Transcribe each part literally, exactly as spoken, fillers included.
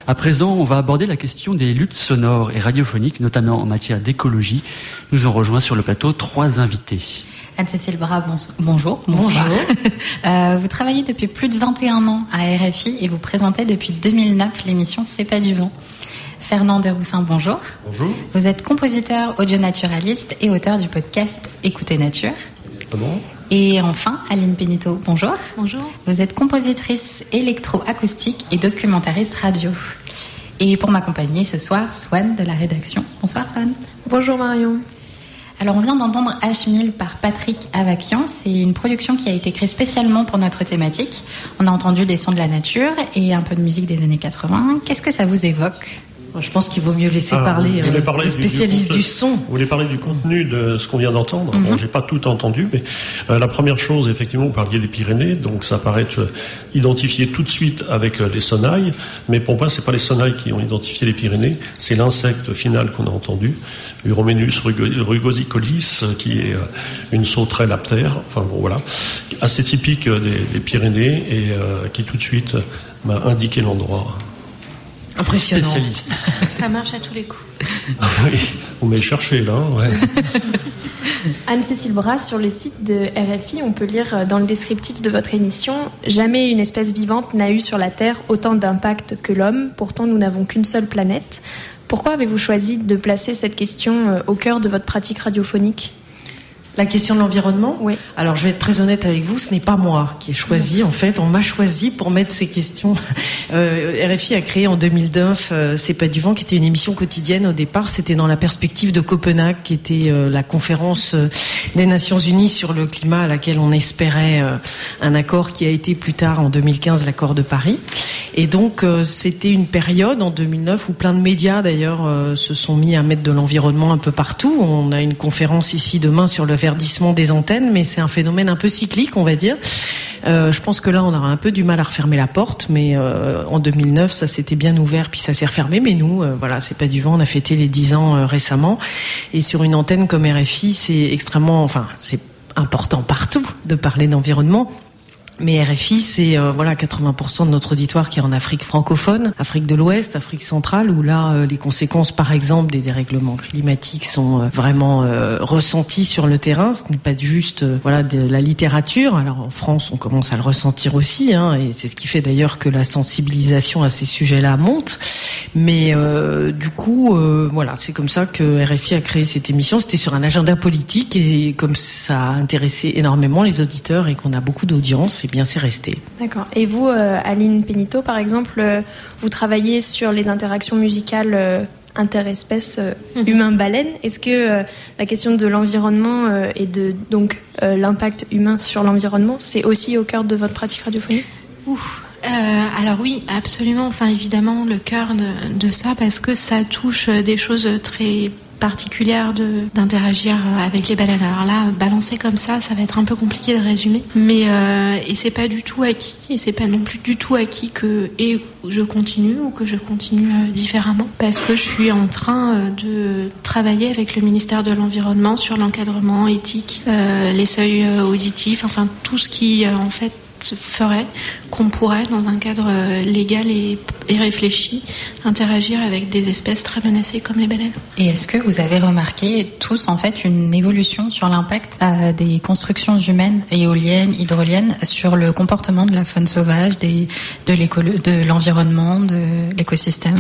À présent, on va aborder la question des luttes sonores et radiophoniques, notamment en matière d'écologie. Nous ont rejoint sur le plateau trois invités. Anne-Cécile Bras, bonjour. Bonjour. euh, vous travaillez depuis plus de vingt et un ans à R F I et vous présentez depuis deux mille neuf l'émission C'est pas du vent. Fernand Desroussins, bonjour. Bonjour. Vous êtes compositeur, audio-naturaliste et auteur du podcast Écoutez Nature. Comment ? Et enfin, Aline Péniteau, bonjour. Bonjour. Vous êtes compositrice électro-acoustique et documentariste radio. Et pour m'accompagner ce soir, Swan de la rédaction. Bonsoir Swan. Bonjour Marion. Alors on vient d'entendre H mille par Patrick Avakian. C'est une production qui a été créée spécialement pour notre thématique. On a entendu des sons de la nature et un peu de musique des années quatre-vingts. Qu'est-ce que ça vous évoque ? Je pense qu'il vaut mieux laisser ah, parler euh, les spécialistes du, du, du son. Vous voulez parler du contenu de ce qu'on vient d'entendre ? Mm-hmm. Bon, j'ai pas tout entendu, mais euh, la première chose, effectivement, vous parliez des Pyrénées, donc ça paraît être euh, identifié tout de suite avec euh, les sonnailles, mais pour moi, c'est pas les sonnailles qui ont identifié les Pyrénées, c'est l'insecte final qu'on a entendu, Uromenus rugosicolis, euh, qui est euh, une sauterelle aptère, enfin bon, voilà, assez typique euh, des, des Pyrénées et euh, qui tout de suite euh, m'a indiqué l'endroit. Impressionnant. Spécialiste. Ça marche à tous les coups. Oui, on m'est cherché là, ouais. Anne-Cécile Bras, sur le site de R F I, on peut lire dans le descriptif de votre émission « Jamais une espèce vivante n'a eu sur la Terre autant d'impact que l'homme, pourtant nous n'avons qu'une seule planète ». Pourquoi avez-vous choisi de placer cette question au cœur de votre pratique radiophonique ? La question de l'environnement ? Oui. Alors, je vais être très honnête avec vous, ce n'est pas moi qui ai choisi. En fait, on m'a choisi pour mettre ces questions. Euh, R F I a créé en deux mille neuf euh, C'est pas du vent, qui était une émission quotidienne au départ. C'était dans la perspective de Copenhague, qui était euh, la conférence euh, des Nations Unies sur le climat, à laquelle on espérait euh, un accord qui a été plus tard, en deux mille quinze, l'accord de Paris. Et donc, euh, c'était une période en deux mille neuf où plein de médias, d'ailleurs, euh, se sont mis à mettre de l'environnement un peu partout. On a une conférence ici demain sur le verdissement des antennes, mais c'est un phénomène un peu cyclique, on va dire. Euh, je pense que là, on aura un peu du mal à refermer la porte, mais euh, en deux mille neuf, ça s'était bien ouvert, puis ça s'est refermé. Mais nous, euh, voilà, c'est pas du vent. On a fêté les dix ans euh, récemment, et sur une antenne comme R F I, c'est extrêmement, enfin, c'est important partout de parler d'environnement. Mais R F I, c'est euh, voilà quatre-vingts pour cent de notre auditoire qui est en Afrique francophone, Afrique de l'Ouest, Afrique centrale, où là euh, les conséquences, par exemple, des dérèglements climatiques sont euh, vraiment euh, ressenties sur le terrain. Ce n'est pas juste euh, voilà de la littérature. Alors en France, on commence à le ressentir aussi, hein, et c'est ce qui fait d'ailleurs que la sensibilisation à ces sujets-là monte. Mais euh, du coup, euh, voilà, c'est comme ça que R F I a créé cette émission. C'était sur un agenda politique, et comme ça a intéressé énormément les auditeurs et qu'on a beaucoup d'audience, bien c'est resté. D'accord. Et vous, euh, Aline Péniteau, par exemple, euh, vous travaillez sur les interactions musicales euh, interespèces euh, mmh. humain-baleine. Est-ce que euh, la question de l'environnement euh, et de donc euh, l'impact humain sur l'environnement, c'est aussi au cœur de votre pratique radiophonique ? Ouf. Euh, alors oui, absolument. Enfin, évidemment, le cœur de, de ça, parce que ça touche des choses très particulière de, d'interagir avec les baleines. Alors là, balancer comme ça, ça va être un peu compliqué de résumer. Mais euh, et c'est pas du tout acquis, et c'est pas non plus du tout acquis que et je continue ou que je continue euh, différemment, parce que je suis en train euh, de travailler avec le ministère de l'Environnement sur l'encadrement éthique, euh, les seuils euh, auditifs, enfin tout ce qui euh, en fait ferait qu'on pourrait, dans un cadre légal et, et réfléchi, interagir avec des espèces très menacées comme les baleines. Et est-ce que vous avez remarqué tous en fait une évolution sur l'impact euh, des constructions humaines, éoliennes, hydroliennes, sur le comportement de la faune sauvage, des, de, de l'environnement, de l'écosystème ?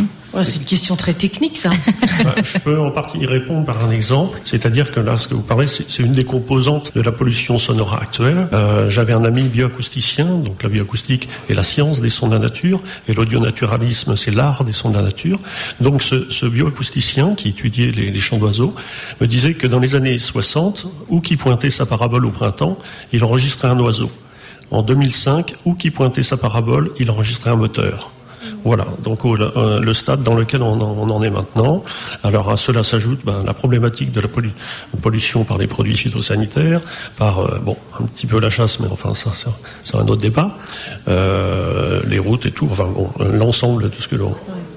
Ouais, c'est une question très technique, ça. Bah, je peux en partie y répondre par un exemple. C'est-à-dire que là, ce que vous parlez, c'est, c'est une des composantes de la pollution sonore actuelle. Euh, j'avais un ami bioacousticien, donc la bioacoustique est la science des sons de la nature, et l'audionaturalisme, c'est l'art des sons de la nature. Donc ce, ce bioacousticien qui étudiait les, les chants d'oiseaux me disait que dans les années soixante, où qui pointait sa parabole au printemps, il enregistrait un oiseau. En deux mille cinq, où qui pointait sa parabole, il enregistrait un moteur. Voilà, donc le, le stade dans lequel on en, on en est maintenant. Alors à cela s'ajoute ben, la problématique de la pollu- pollution par les produits phytosanitaires, par euh, bon un petit peu la chasse, mais enfin ça, ça c'est un autre débat. Euh, les routes et tout, enfin bon, l'ensemble de tout ce que l'on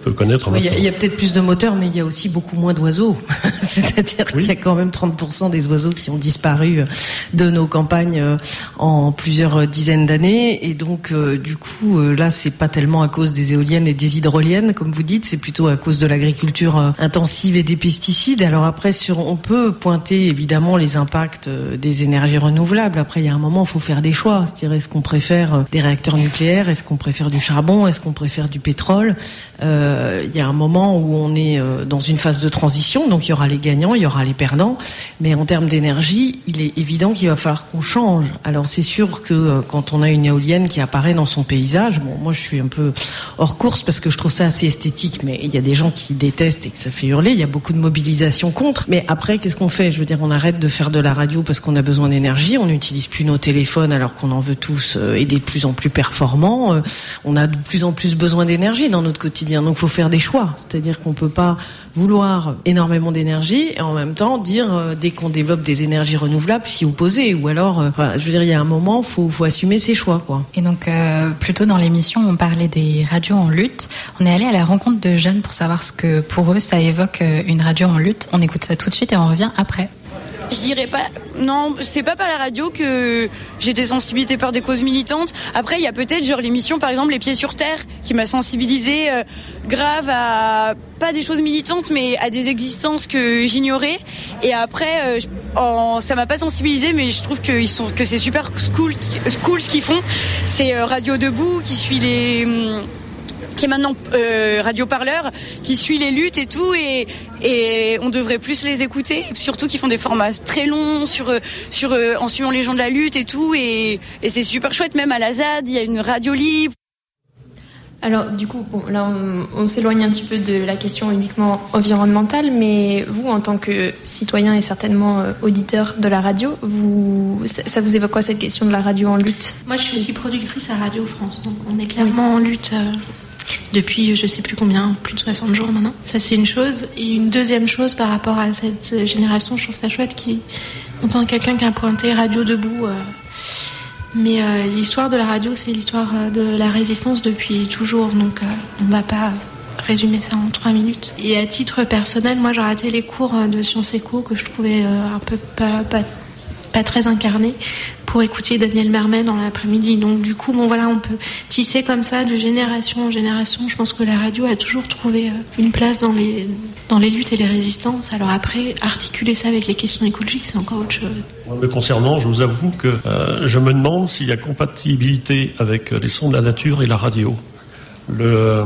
peut connaître. Il oui, y, y a peut-être plus de moteurs, mais il y a aussi beaucoup moins d'oiseaux. C'est-à-dire oui. qu'il y a quand même trente pour cent des oiseaux qui ont disparu de nos campagnes en plusieurs dizaines d'années. Et donc, euh, du coup, euh, là, c'est pas tellement à cause des éoliennes et des hydroliennes, comme vous dites, c'est plutôt à cause de l'agriculture euh, intensive et des pesticides. Alors après, sur, on peut pointer évidemment les impacts euh, des énergies renouvelables. Après, il y a un moment, il faut faire des choix. C'est-à-dire, est-ce qu'on préfère euh, des réacteurs nucléaires? Est-ce qu'on préfère du charbon? Est-ce qu'on préfère du pétrole? Euh, il y a un moment où on est euh, dans une phase de transition, donc il y aura les gagnants, il y aura les perdants. Mais en termes d'énergie, il est évident qu'il va falloir qu'on change. Alors c'est sûr que euh, quand on a une éolienne qui apparaît dans son paysage, bon, moi je suis un peu hors course parce que je trouve ça assez esthétique, mais il y a des gens qui détestent et que ça fait hurler. Il y a beaucoup de mobilisation contre. Mais après, qu'est-ce qu'on fait? Je veux dire, on arrête de faire de la radio parce qu'on a besoin d'énergie. On n'utilise plus nos téléphones alors qu'on en veut tous euh, et des de plus en plus performants. Euh, on a de plus en plus besoin d'énergie dans notre quotidien. Donc, il faut faire des choix. C'est-à-dire qu'on peut pas vouloir énormément d'énergie et en même temps dire euh, dès qu'on développe des énergies renouvelables s'y opposer. Ou alors, euh, enfin, je veux dire, il y a un moment, faut faut assumer ses choix, quoi. Et donc, euh, plutôt dans l'émission, on parlait des radios en lutte. On est allé à la rencontre de jeunes pour savoir ce que pour eux ça évoque une radio en lutte. On écoute ça tout de suite et on revient après. Je dirais pas, non, c'est pas par la radio que j'ai des sensibilités par des causes militantes. Après, il y a peut-être genre l'émission, par exemple, Les Pieds sur Terre, qui m'a sensibilisée euh, grave à, pas des choses militantes, mais à des existences que j'ignorais. Et après, euh, je, en, ça m'a pas sensibilisée, mais je trouve qu'ils sont, que c'est super cool, cool ce qu'ils font. C'est euh, Radio Debout qui suit les... Hum, qui est maintenant euh, radioparleur, qui suit les luttes et tout, et, et on devrait plus les écouter, surtout qu'ils font des formats très longs sur, sur, euh, en suivant les gens de la lutte et tout, et, et c'est super chouette. Même à la Z A D, il y a une radio libre. Alors du coup, bon, là on, on s'éloigne un petit peu de la question uniquement environnementale, mais vous, en tant que citoyen et certainement euh, auditeur de la radio, vous, ça, ça vous évoque quoi cette question de la radio en lutte? Moi je suis aussi productrice à Radio France, donc on est clairement en lutte euh, depuis je sais plus combien, plus de soixante jours maintenant. Ça c'est une chose. Et une deuxième chose par rapport à cette génération, je trouve ça chouette qui entend quelqu'un qui a pointé Radio Debout. Euh, Mais euh, l'histoire de la radio, c'est l'histoire euh, de la résistance depuis toujours, donc euh, on va pas résumer ça en trois minutes. Et à titre personnel, moi j'ai raté les cours de Sciences Éco que je trouvais euh, un peu pas, pas, pas très incarnés pour écouter Daniel Mermet dans l'après-midi. Donc du coup, bon voilà, on peut tisser comme ça de génération en génération. Je pense que la radio a toujours trouvé euh, une place dans les, dans les luttes et les résistances. Alors après, articuler ça avec les questions écologiques, c'est encore autre chose. Me concernant, je vous avoue que euh, je me demande s'il y a compatibilité avec les sons de la nature et la radio. Le, euh,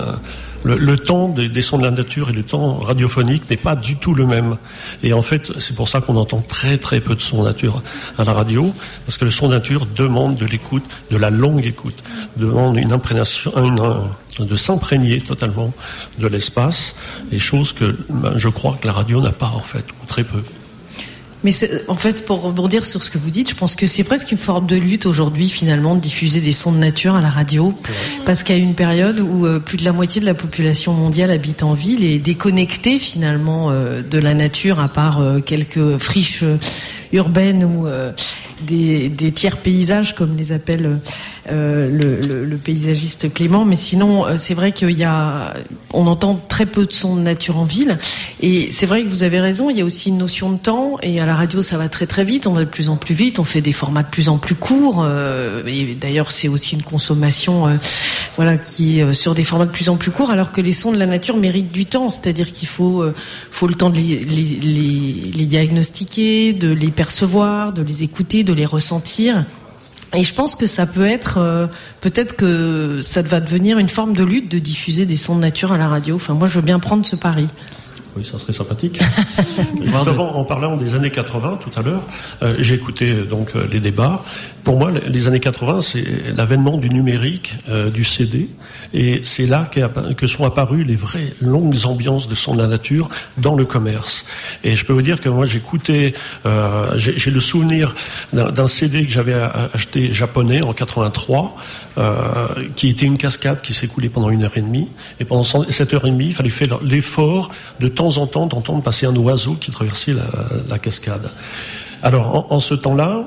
le, le temps des, des sons de la nature et le temps radiophonique n'est pas du tout le même. Et en fait, c'est pour ça qu'on entend très très peu de sons nature à la radio, parce que le son nature demande de l'écoute, de la longue écoute, demande une imprégnation, une, de s'imprégner totalement de l'espace, les choses que ben, je crois que la radio n'a pas en fait, ou très peu. Mais en fait, pour rebondir sur ce que vous dites, je pense que c'est presque une forme de lutte aujourd'hui, finalement, de diffuser des sons de nature à la radio. Ouais. Parce qu'il y a une période où euh, plus de la moitié de la population mondiale habite en ville et est déconnectée, finalement, euh, de la nature, à part euh, quelques friches euh, urbaines ou euh, des, des tiers paysages, comme les appelle euh, le, le, le paysagiste Clément. Mais sinon, euh, c'est vrai qu'il y a, on entend très peu de sons de nature en ville. Et c'est vrai que vous avez raison, il y a aussi une notion de temps. Et à la radio, ça va très très vite, on va de plus en plus vite, on fait des formats de plus en plus courts. Euh, et d'ailleurs, c'est aussi une consommation, euh, voilà, qui est euh, sur des formats de plus en plus courts, alors que les sons de la nature méritent du temps. C'est-à-dire qu'il faut, euh, faut le temps de les, les, les, les diagnostiquer, de les percevoir, de les écouter, de les ressentir. Et je pense que ça peut être, euh, peut-être que ça va devenir une forme de lutte de diffuser des sons de nature à la radio. Enfin, moi, je veux bien prendre ce pari. Oui, ça serait sympathique. Justement, en parlant des années quatre-vingts, tout à l'heure, euh, j'ai écouté donc euh, les débats. Pour moi, les années quatre-vingts, c'est l'avènement du numérique, euh, du C D, et c'est là que sont apparues les vraies longues ambiances de son de la nature dans le commerce. Et je peux vous dire que moi, j'écoutais, euh, j'ai, j'ai le souvenir d'un, d'un C D que j'avais acheté japonais en quatre-vingt-trois, euh, qui était une cascade qui s'écoulait pendant une heure et demie. Et pendant cette heure et demie, il fallait faire l'effort de temps en temps d'entendre passer un oiseau qui traversait la, la cascade. Alors, en, en ce temps-là,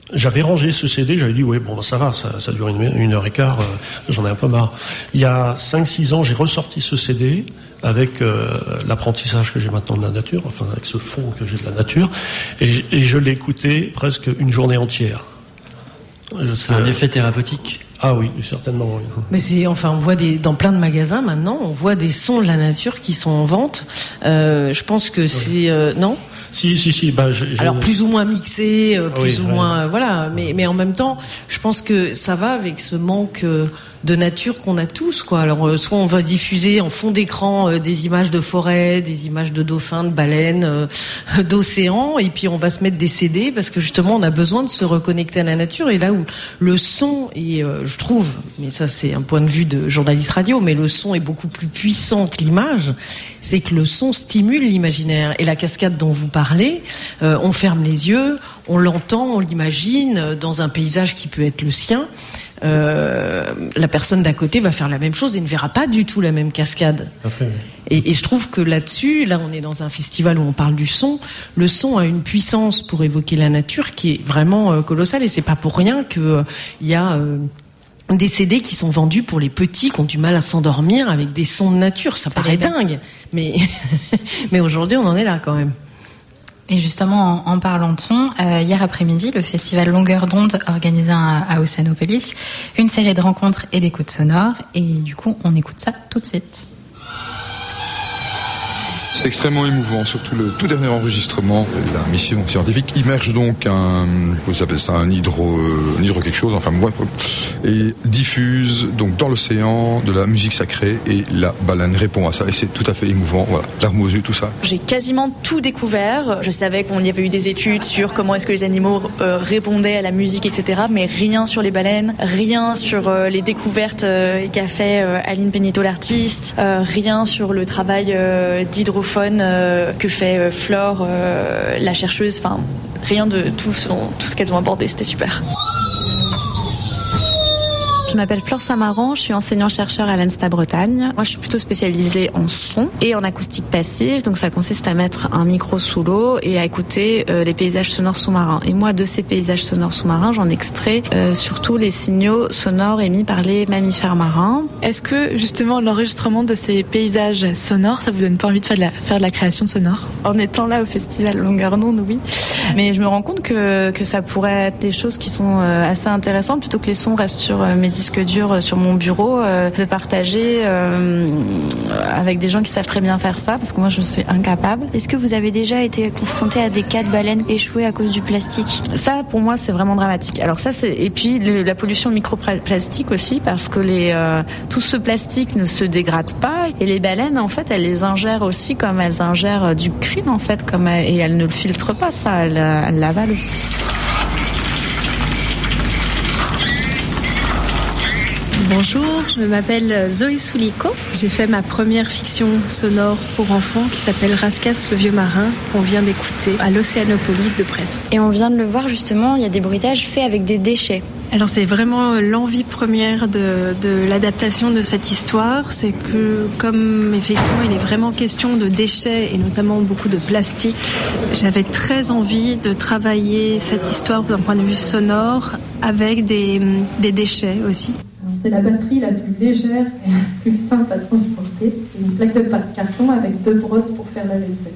j'avais rangé ce C D, j'avais dit, oui, bon, ça va, ça, ça dure une, une heure et quart, euh, j'en ai un peu marre. Il y a cinq six ans, j'ai ressorti ce C D avec euh, l'apprentissage que j'ai maintenant de la nature, enfin avec ce fond que j'ai de la nature, et, et je l'ai écouté presque une journée entière. C'est un effet thérapeutique. Ah oui, certainement, oui. Mais c'est, enfin, on voit des, dans plein de magasins maintenant, on voit des sons de la nature qui sont en vente. Euh, je pense que c'est, euh, non? Si, si, si. Bah, j'ai, j'ai... Alors plus ou moins mixé, euh, plus oui, ou ouais. moins, euh, voilà. Mais, mais en même temps, je pense que ça va avec ce manque euh, de nature qu'on a tous, quoi. Alors euh, soit on va diffuser en fond d'écran euh, des images de forêt, des images de dauphins, de baleines, euh, d'océans, et puis on va se mettre des C D parce que justement on a besoin de se reconnecter à la nature. Et là où le son est, euh, je trouve, mais ça c'est un point de vue de journaliste radio, mais le son est beaucoup plus puissant que l'image. C'est que le son stimule l'imaginaire. Et la cascade dont vous parlez, euh, on ferme les yeux, on l'entend, on l'imagine dans un paysage qui peut être le sien. Euh, la personne d'à côté va faire la même chose et ne verra pas du tout la même cascade. Parfait, oui. Et, et je trouve que là-dessus, là on est dans un festival où on parle du son, le son a une puissance pour évoquer la nature qui est vraiment euh, colossale, et c'est pas pour rien que euh, il y a euh, des C D qui sont vendus pour les petits qui ont du mal à s'endormir avec des sons de nature. Ça, ça paraît dingue, mais mais aujourd'hui on en est là quand même. Et justement, en, en parlant de son, euh, hier après-midi, le festival Longueur d'onde organisé à, à Océanopolis, une série de rencontres et d'écoutes sonores. Et du coup, on écoute ça tout de suite. C'est extrêmement émouvant, surtout le tout dernier enregistrement de la mission scientifique immerge donc un, comment ça s'appelle ça, un hydro, un hydro quelque chose, enfin bref, et diffuse donc dans l'océan de la musique sacrée, et la baleine répond à ça, et c'est tout à fait émouvant, voilà, larmes aux yeux, tout ça. J'ai quasiment tout découvert. Je savais qu'on y avait eu des études sur comment est-ce que les animaux euh, répondaient à la musique, et cetera, mais rien sur les baleines, rien sur euh, les découvertes euh, qu'a fait euh, Aline Pénito l'artiste, euh, rien sur le travail euh, d'hydrophone Euh, que fait euh, Flore, euh, la chercheuse, enfin rien de tout ce, tout ce qu'elles ont abordé, c'était super. Je m'appelle Flore Saint-Maran, je suis enseignant-chercheur à l'E N S T A Bretagne. Moi, je suis plutôt spécialisée en son et en acoustique passive. Donc, ça consiste à mettre un micro sous l'eau et à écouter euh, les paysages sonores sous-marins. Et moi, de ces paysages sonores sous-marins, j'en extrais euh, surtout les signaux sonores émis par les mammifères marins. Est-ce que, justement, l'enregistrement de ces paysages sonores, ça vous donne pas envie de faire de la, faire de la création sonore ? En étant là au festival Longueur d'onde, oui. Mais je me rends compte que, que ça pourrait être des choses qui sont euh, assez intéressantes, plutôt que les sons restent sur euh, mes disque dur sur mon bureau, euh, de partager euh, avec des gens qui savent très bien faire ça, parce que moi je suis incapable. Est-ce que vous avez déjà été confronté à des cas de baleines échouées à cause du plastique ? Ça, pour moi, c'est vraiment dramatique. Alors ça, c'est et puis le, la pollution microplastique aussi, parce que les euh, tout ce plastique ne se dégrade pas, et les baleines, en fait, elles les ingèrent aussi comme elles ingèrent du krill, en fait, comme et elles ne le filtrent pas, ça, elles, elles l'avalent aussi. Bonjour, je m'appelle Zoé Souliko. J'ai fait ma première fiction sonore pour enfants qui s'appelle Rascasse le vieux marin, qu'on vient d'écouter à l'Océanopolis de Brest. Et on vient de le voir justement, il y a des bruitages faits avec des déchets. Alors c'est vraiment l'envie première de, de l'adaptation de cette histoire, c'est que comme effectivement il est vraiment question de déchets et notamment beaucoup de plastique, j'avais très envie de travailler cette histoire d'un point de vue sonore avec des, des déchets aussi. C'est la batterie la plus légère et la plus simple à transporter. Une plaque de carton avec deux brosses pour faire la vaisselle.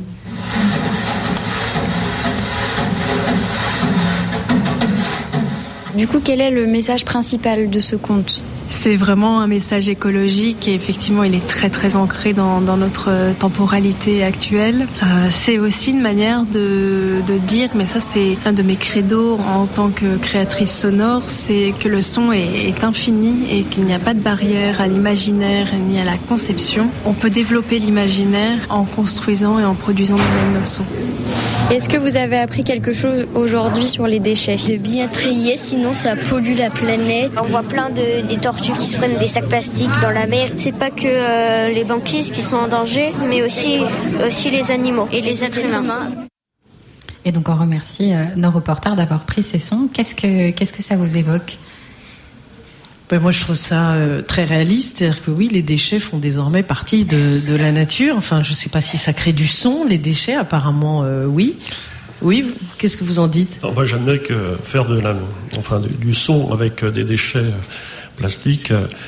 Du coup, quel est le message principal de ce conte ? C'est vraiment un message écologique et effectivement il est très très ancré dans, dans notre temporalité actuelle. Euh, c'est aussi une manière de, de dire, mais ça c'est un de mes credos en tant que créatrice sonore, c'est que le son est, est infini et qu'il n'y a pas de barrière à l'imaginaire ni à la conception. On peut développer l'imaginaire en construisant et en produisant nous-mêmes nos sons. Est-ce que vous avez appris quelque chose aujourd'hui sur les déchets ? De bien trier, sinon ça pollue la planète. On voit plein de des tortues qui se prennent des sacs plastiques dans la mer. C'est pas que euh, les banquises qui sont en danger, mais aussi, aussi les animaux et les êtres humains. Et donc on remercie euh, nos reporters d'avoir pris ces sons. Qu'est-ce que, qu'est-ce que ça vous évoque ? Ben moi, je trouve ça euh, très réaliste. C'est-à-dire que oui, les déchets font désormais partie de, de la nature. Enfin, je sais pas si ça crée du son, les déchets. Apparemment, euh, oui. Oui, qu'est-ce que vous en dites? Alors, moi, j'admets que faire de la, enfin, du, du son avec des déchets plastiques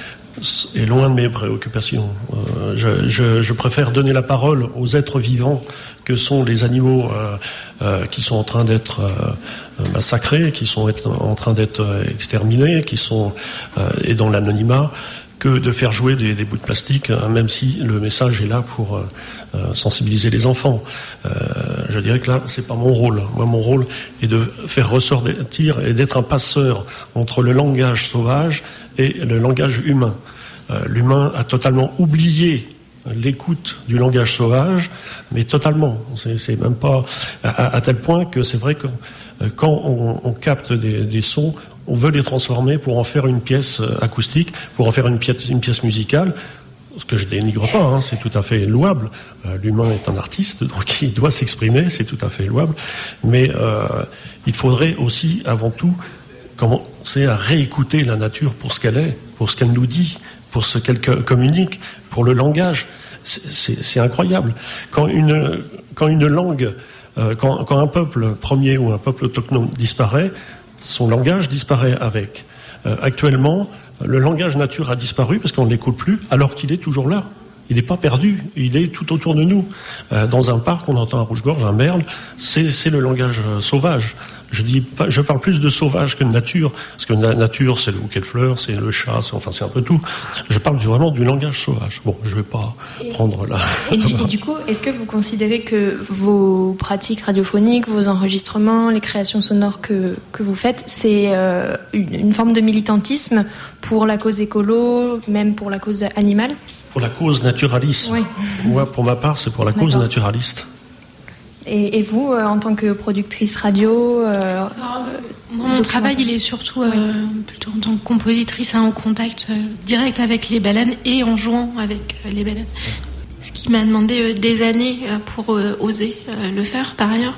est loin de mes préoccupations. Euh, je, je, je préfère donner la parole aux êtres vivants que sont les animaux euh, euh, qui sont en train d'être euh, massacrés, qui sont être, en train d'être exterminés, qui sont euh, et dans l'anonymat, que de faire jouer des, des bouts de plastique, hein, même si le message est là pour euh, sensibiliser les enfants. Euh, je dirais que là, c'est pas mon rôle. Moi, mon rôle est de faire ressortir et d'être un passeur entre le langage sauvage et le langage humain. Euh, l'humain a totalement oublié l'écoute du langage sauvage, mais totalement. C'est, c'est même pas à, à tel point que c'est vrai que euh, quand on, on capte des, des sons, on veut les transformer pour en faire une pièce acoustique, pour en faire une pièce, une pièce musicale. Ce que je dénigre pas, hein, c'est tout à fait louable. Euh, l'humain est un artiste, donc il doit s'exprimer, c'est tout à fait louable. Mais euh, il faudrait aussi, avant tout, commencer à réécouter la nature pour ce qu'elle est, pour ce qu'elle nous dit, pour ce qu'elle communique, pour le langage. C'est, c'est, c'est incroyable. Quand une, quand une langue, euh, quand, quand un peuple premier ou un peuple autochtone disparaît, son langage disparaît avec. Euh, actuellement, le langage nature a disparu parce qu'on ne l'écoute plus, alors qu'il est toujours là. Il n'est pas perdu, il est tout autour de nous. Euh, dans un parc, on entend un rouge-gorge, un merle, c'est, c'est le langage euh, sauvage. Je dis pas, je parle plus de sauvage que de nature, parce que la nature, c'est le bouquet de fleurs, c'est le chat, c'est, enfin c'est un peu tout. Je parle vraiment du langage sauvage. Bon, je vais pas et, prendre là. Et, et du coup, est-ce que vous considérez que vos pratiques radiophoniques, vos enregistrements, les créations sonores que, que vous faites, c'est euh, une, une forme de militantisme pour la cause écolo, même pour la cause animale? Pour la cause naturaliste. Oui. Moi, pour ma part, c'est pour la cause D'accord. naturaliste. Et, et vous, euh, en tant que productrice radio euh, Alors, moi, mon travail, il est surtout euh, oui. plutôt en tant que compositrice, hein, en contact euh, direct avec les baleines et en jouant avec euh, les baleines. Ce qui m'a demandé euh, des années euh, pour euh, oser euh, le faire, par ailleurs,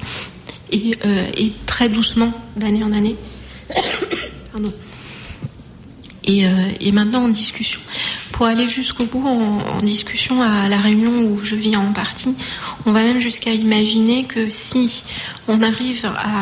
et, euh, et très doucement, d'année en année. Pardon. Et, euh, et maintenant en discussion. Pour aller jusqu'au bout, en, en discussion à la Réunion où je vis en partie, on va même jusqu'à imaginer que si on arrive à,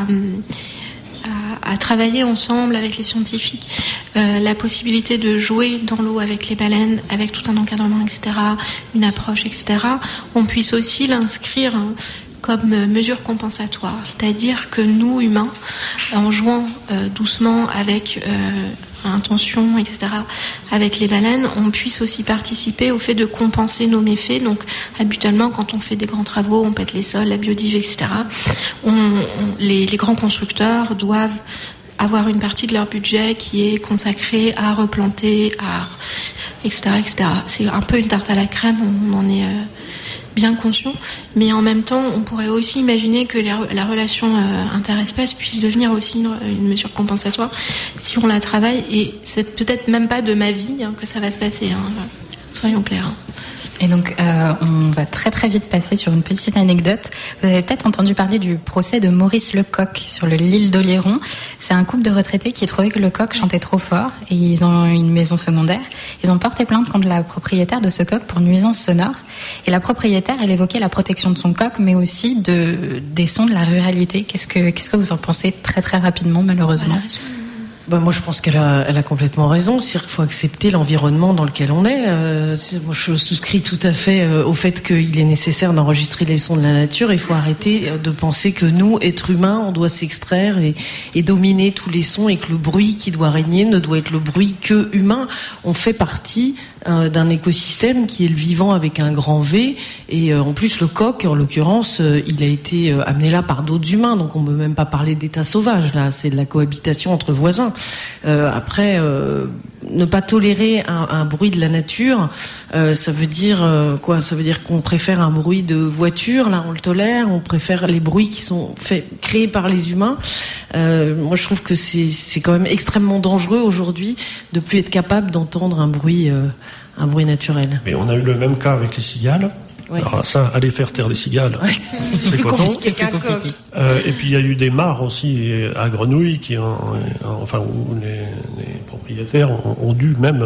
à, à travailler ensemble avec les scientifiques, euh, la possibilité de jouer dans l'eau avec les baleines, avec tout un encadrement, et cetera, une approche, et cetera, on puisse aussi l'inscrire comme mesure compensatoire. C'est-à-dire que nous, humains, en jouant euh, doucement avec euh, intention, et cetera, avec les baleines, on puisse aussi participer au fait de compenser nos méfaits. Donc, habituellement, quand on fait des grands travaux, on pète les sols, la biodive, et cetera, on, on, les, les grands constructeurs doivent avoir une partie de leur budget qui est consacrée à replanter, à, et cetera, et cetera. C'est un peu une tarte à la crème, on en est... Euh, bien conscient, mais en même temps, on pourrait aussi imaginer que la, la relation euh, interespèce puisse devenir aussi une, une mesure compensatoire si on la travaille, et c'est peut-être même pas de ma vie hein, que ça va se passer, hein, soyons clairs. Hein. Et donc, euh, on va très très vite passer sur une petite anecdote. Vous avez peut-être entendu parler du procès de Maurice Lecoq sur le l'île d'Oléron. C'est un couple de retraités qui trouvaient que Lecoq chantait trop fort et ils ont une maison secondaire. Ils ont porté plainte contre la propriétaire de ce coq pour nuisance sonore. Et la propriétaire, elle évoquait la protection de son coq, mais aussi de, des sons de la ruralité. Qu'est-ce que, qu'est-ce que vous en pensez très très rapidement, malheureusement ? Ben moi, je pense qu'elle a, elle a complètement raison. C'est-à-dire qu'il faut accepter l'environnement dans lequel on est. Euh, c'est, moi, je souscris tout à fait euh, au fait qu'il est nécessaire d'enregistrer les sons de la nature. Il faut arrêter de penser que nous, êtres humains, on doit s'extraire et, et dominer tous les sons, et que le bruit qui doit régner ne doit être le bruit que humain. On fait partie euh, d'un écosystème qui est le vivant avec un grand V. Et euh, en plus, le coq, en l'occurrence, euh, il a été euh, amené là par d'autres humains. Donc, on ne peut même pas parler d'état sauvage. Là, c'est de la cohabitation entre voisins. Euh, après, euh, ne pas tolérer un, un bruit de la nature, euh, ça veut dire euh, quoi ? Ça veut dire qu'on préfère un bruit de voiture, là on le tolère, on préfère les bruits qui sont faits, créés par les humains. Euh, moi je trouve que c'est, c'est quand même extrêmement dangereux aujourd'hui de plus être capable d'entendre un bruit, euh, un bruit naturel. Mais on a eu le même cas avec les cigales. Oui. Alors ça, aller faire taire les cigales, ouais. c'est, c'est coton. C'est plus compliqué. Euh, et puis il y a eu des mares aussi à Grenouille, qui ont, enfin où les, les propriétaires ont, ont dû même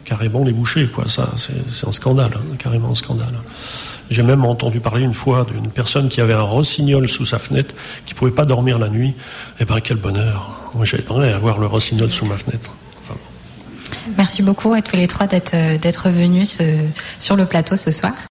carrément les boucher, quoi. Ça, c'est, c'est un scandale, hein, carrément un scandale. J'ai même entendu parler une fois d'une personne qui avait un rossignol sous sa fenêtre, qui pouvait pas dormir la nuit. Eh ben, quel bonheur. Moi, j'aimerais avoir le rossignol sous ma fenêtre. Enfin. Merci beaucoup à tous les trois d'être, d'être venus ce, sur le plateau ce soir.